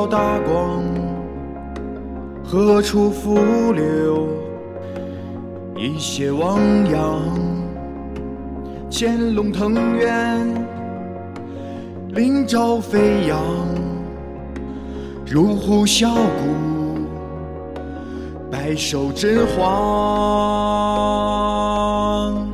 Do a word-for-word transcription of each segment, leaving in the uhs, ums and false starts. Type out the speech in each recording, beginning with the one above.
道大光，何处浮流一些汪洋？潜龙腾渊，鳞爪飞扬，入虎啸谷，百兽震惶。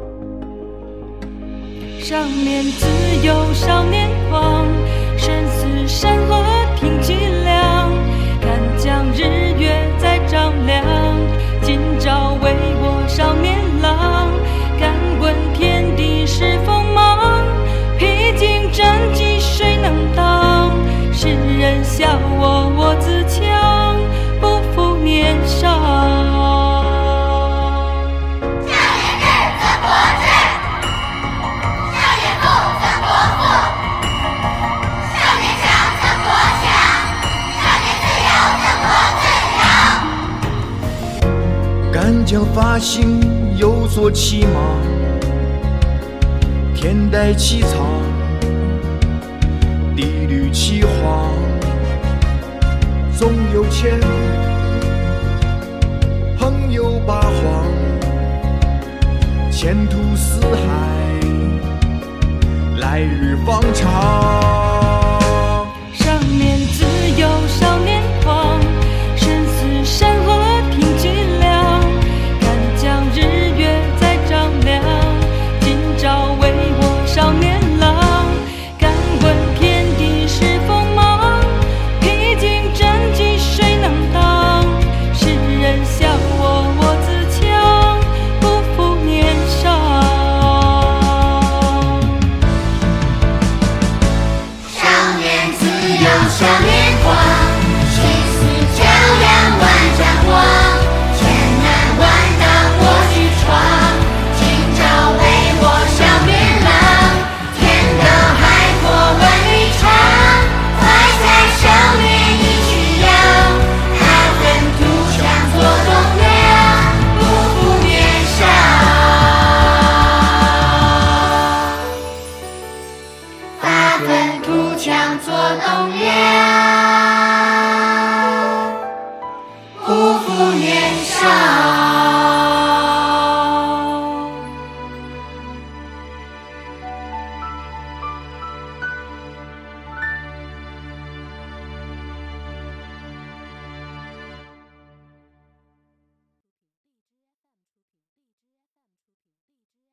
少年自由少年狂，生死山河听凄凉。看江日月在照亮，今朝为我少年郎。敢问天地是锋芒，披荆斩棘谁能当？世人笑我我自强，不负年少。 敢将发心有所期望，天带凄苍，地履其荒，纵有千古，横有八荒，前途似海，来日方长。